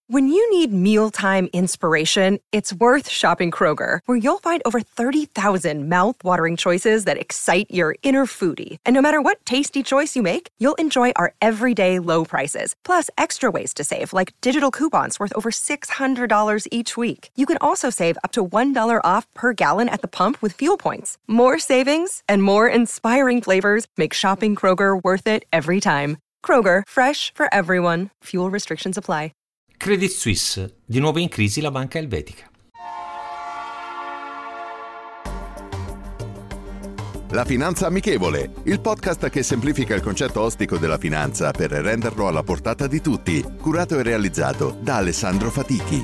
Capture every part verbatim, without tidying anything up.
When you need mealtime inspiration, it's worth shopping Kroger, where you'll find over thirty thousand mouth-watering choices that excite your inner foodie. And no matter what tasty choice you make, you'll enjoy our everyday low prices, plus extra ways to save, like digital coupons worth over six hundred dollars each week. You can also save up to one dollar off per gallon at the pump with fuel points. More savings and more inspiring flavors make shopping Kroger worth it every time. Kroger, fresh for everyone. Fuel restrictions apply. Credit Suisse, di nuovo in crisi la banca elvetica. La Finanza Amichevole, il podcast che semplifica il concetto ostico della finanza per renderlo alla portata di tutti, curato e realizzato da Alessandro Fatichi.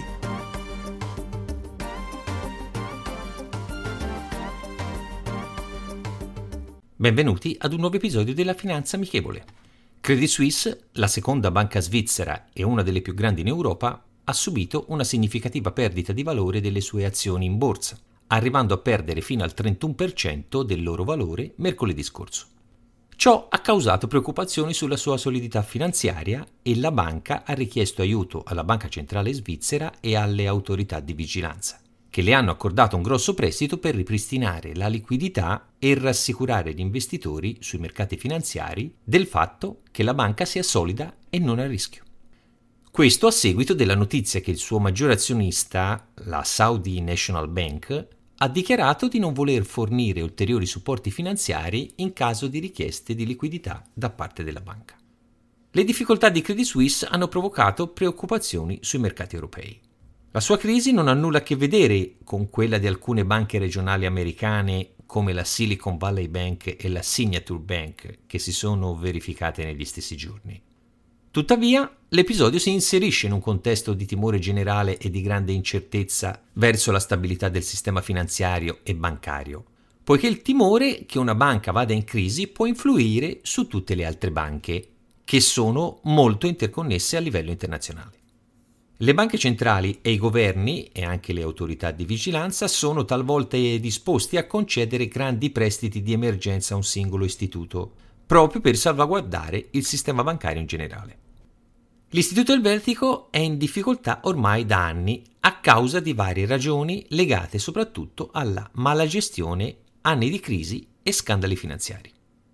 Benvenuti ad un nuovo episodio della Finanza Amichevole. Credit Suisse, la seconda banca svizzera e una delle più grandi in Europa, ha subito una significativa perdita di valore delle sue azioni in borsa, arrivando a perdere fino al trentuno per cento del loro valore mercoledì scorso. Ciò ha causato preoccupazioni sulla sua solidità finanziaria e la banca ha richiesto aiuto alla Banca Centrale Svizzera e alle autorità di vigilanza, che le hanno accordato un grosso prestito per ripristinare la liquidità e rassicurare gli investitori sui mercati finanziari del fatto che la banca sia solida e non a rischio. Questo a seguito della notizia che il suo maggiore azionista, la Saudi National Bank, ha dichiarato di non voler fornire ulteriori supporti finanziari in caso di richieste di liquidità da parte della banca. Le difficoltà di Credit Suisse hanno provocato preoccupazioni sui mercati europei. La sua crisi non ha nulla a che vedere con quella di alcune banche regionali americane come la Silicon Valley Bank e la Signature Bank, che si sono verificate negli stessi giorni. Tuttavia, l'episodio si inserisce in un contesto di timore generale e di grande incertezza verso la stabilità del sistema finanziario e bancario, poiché il timore che una banca vada in crisi può influire su tutte le altre banche, che sono molto interconnesse a livello internazionale. Le banche centrali e i governi e anche le autorità di vigilanza sono talvolta disposti a concedere grandi prestiti di emergenza a un singolo istituto, proprio per salvaguardare il sistema bancario in generale. L'istituto elvetico è in difficoltà ormai da anni a causa di varie ragioni legate soprattutto alla malagestione, anni di crisi e scandali finanziari.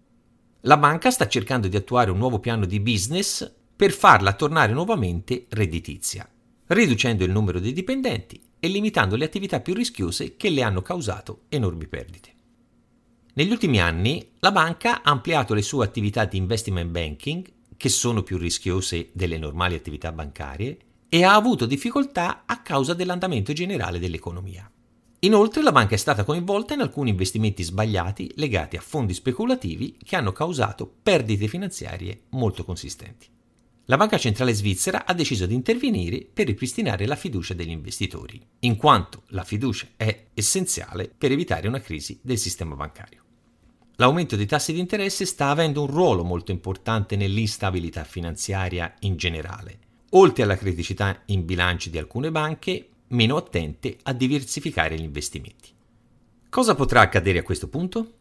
La banca sta cercando di attuare un nuovo piano di business per farla tornare nuovamente redditizia, riducendo il numero dei dipendenti e limitando le attività più rischiose che le hanno causato enormi perdite. Negli ultimi anni la banca ha ampliato le sue attività di investment banking, che sono più rischiose delle normali attività bancarie, e ha avuto difficoltà a causa dell'andamento generale dell'economia. Inoltre la banca è stata coinvolta in alcuni investimenti sbagliati legati a fondi speculativi che hanno causato perdite finanziarie molto consistenti. La Banca Centrale Svizzera ha deciso di intervenire per ripristinare la fiducia degli investitori, in quanto la fiducia è essenziale per evitare una crisi del sistema bancario. L'aumento dei tassi di interesse sta avendo un ruolo molto importante nell'instabilità finanziaria in generale, oltre alla criticità in bilanci di alcune banche meno attente a diversificare gli investimenti. Cosa potrà accadere a questo punto?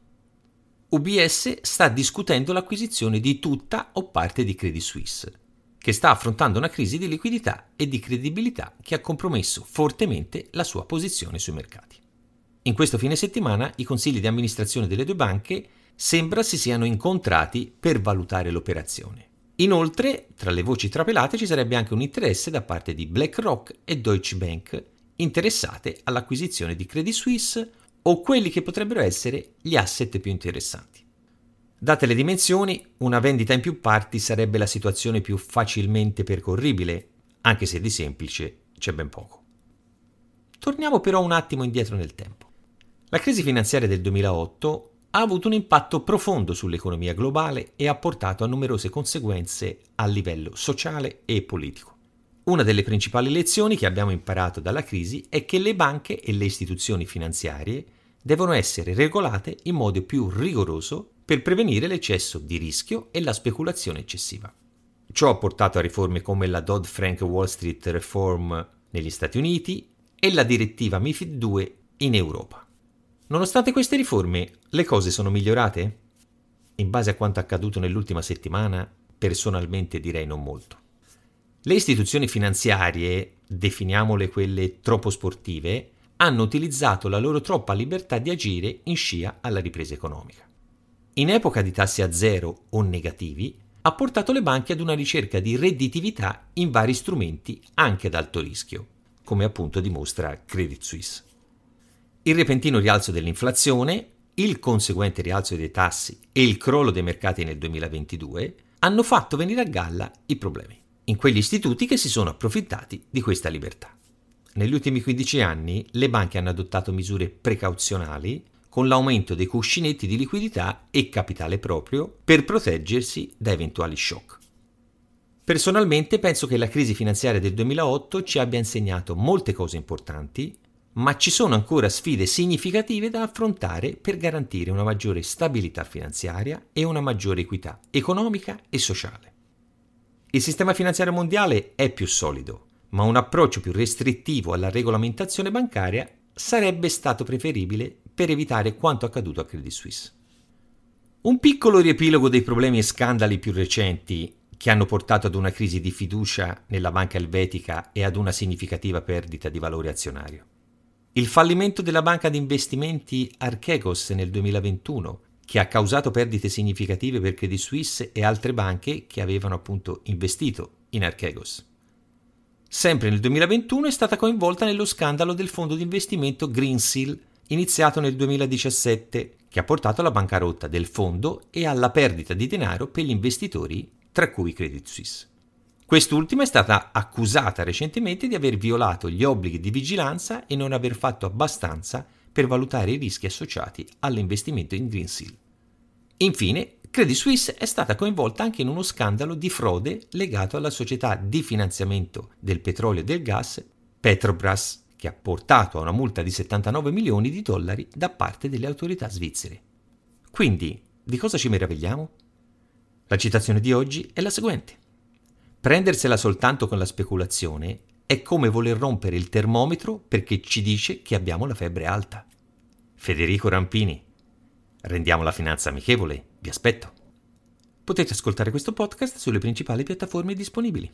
U B S sta discutendo l'acquisizione di tutta o parte di Credit Suisse, che sta affrontando una crisi di liquidità e di credibilità che ha compromesso fortemente la sua posizione sui mercati. In questo fine settimana i consigli di amministrazione delle due banche sembra si siano incontrati per valutare l'operazione. Inoltre, tra le voci trapelate ci sarebbe anche un interesse da parte di BlackRock e Deutsche Bank interessate all'acquisizione di Credit Suisse o quelli che potrebbero essere gli asset più interessanti. Date le dimensioni, una vendita in più parti sarebbe la situazione più facilmente percorribile, anche se di semplice c'è ben poco. Torniamo però un attimo indietro nel tempo. La crisi finanziaria del duemilaotto ha avuto un impatto profondo sull'economia globale e ha portato a numerose conseguenze a livello sociale e politico. Una delle principali lezioni che abbiamo imparato dalla crisi è che le banche e le istituzioni finanziarie devono essere regolate in modo più rigoroso per prevenire l'eccesso di rischio e la speculazione eccessiva. Ciò ha portato a riforme come la Dodd-Frank Wall Street Reform negli Stati Uniti e la direttiva MiFID due in Europa. Nonostante queste riforme, le cose sono migliorate? In base a quanto accaduto nell'ultima settimana, personalmente direi non molto. Le istituzioni finanziarie, definiamole quelle troppo sportive, hanno utilizzato la loro troppa libertà di agire in scia alla ripresa economica. In epoca di tassi a zero o negativi, ha portato le banche ad una ricerca di redditività in vari strumenti anche ad alto rischio, come appunto dimostra Credit Suisse. Il repentino rialzo dell'inflazione, il conseguente rialzo dei tassi e il crollo dei mercati nel duemilaventidue hanno fatto venire a galla i problemi in quegli istituti che si sono approfittati di questa libertà. Negli ultimi quindici anni le banche hanno adottato misure precauzionali con l'aumento dei cuscinetti di liquidità e capitale proprio per proteggersi da eventuali shock. Personalmente penso che la crisi finanziaria del duemilaotto ci abbia insegnato molte cose importanti, ma ci sono ancora sfide significative da affrontare per garantire una maggiore stabilità finanziaria e una maggiore equità economica e sociale. Il sistema finanziario mondiale è più solido, ma un approccio più restrittivo alla regolamentazione bancaria sarebbe stato preferibile per evitare quanto accaduto a Credit Suisse. Un piccolo riepilogo dei problemi e scandali più recenti che hanno portato ad una crisi di fiducia nella banca elvetica e ad una significativa perdita di valore azionario. Il fallimento della banca di investimenti Archegos nel duemilaventuno, che ha causato perdite significative per Credit Suisse e altre banche che avevano appunto investito in Archegos. Sempre nel duemilaventuno è stata coinvolta nello scandalo del fondo di investimento Greensill, iniziato nel duemiladiciassette, che ha portato alla bancarotta del fondo e alla perdita di denaro per gli investitori, tra cui Credit Suisse. Quest'ultima è stata accusata recentemente di aver violato gli obblighi di vigilanza e non aver fatto abbastanza per valutare i rischi associati all'investimento in Greensill. Infine, Credit Suisse è stata coinvolta anche in uno scandalo di frode legato alla società di finanziamento del petrolio e del gas Petrobras, che ha portato a una multa di settantanove milioni di dollari da parte delle autorità svizzere. Quindi, di cosa ci meravigliamo? La citazione di oggi è la seguente. Prendersela soltanto con la speculazione è come voler rompere il termometro perché ci dice che abbiamo la febbre alta. Federico Rampini. Rendiamo la finanza amichevole. Vi aspetto. Potete ascoltare questo podcast sulle principali piattaforme disponibili.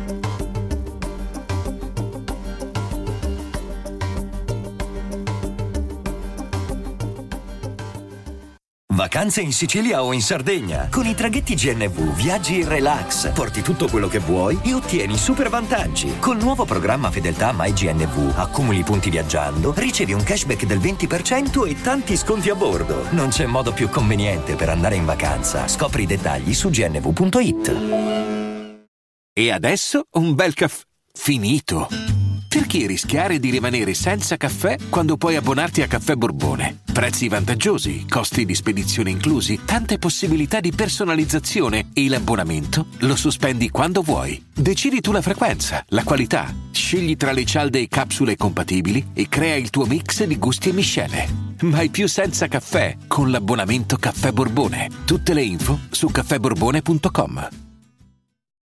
Vacanze in Sicilia o in Sardegna. Con i traghetti G N V viaggi in relax, porti tutto quello che vuoi e ottieni super vantaggi. Col nuovo programma Fedeltà MyGNV accumuli punti viaggiando, ricevi un cashback del venti per cento e tanti sconti a bordo. Non c'è modo più conveniente per andare in vacanza. Scopri i dettagli su g n v punto i t. E adesso un bel caffè finito. Perché rischiare di rimanere senza caffè quando puoi abbonarti a Caffè Borbone? Prezzi vantaggiosi, costi di spedizione inclusi, tante possibilità di personalizzazione e l'abbonamento lo sospendi quando vuoi. Decidi tu la frequenza, la qualità, scegli tra le cialde e capsule compatibili e crea il tuo mix di gusti e miscele. Mai più senza caffè con l'abbonamento Caffè Borbone. Tutte le info su caffè borbone punto com.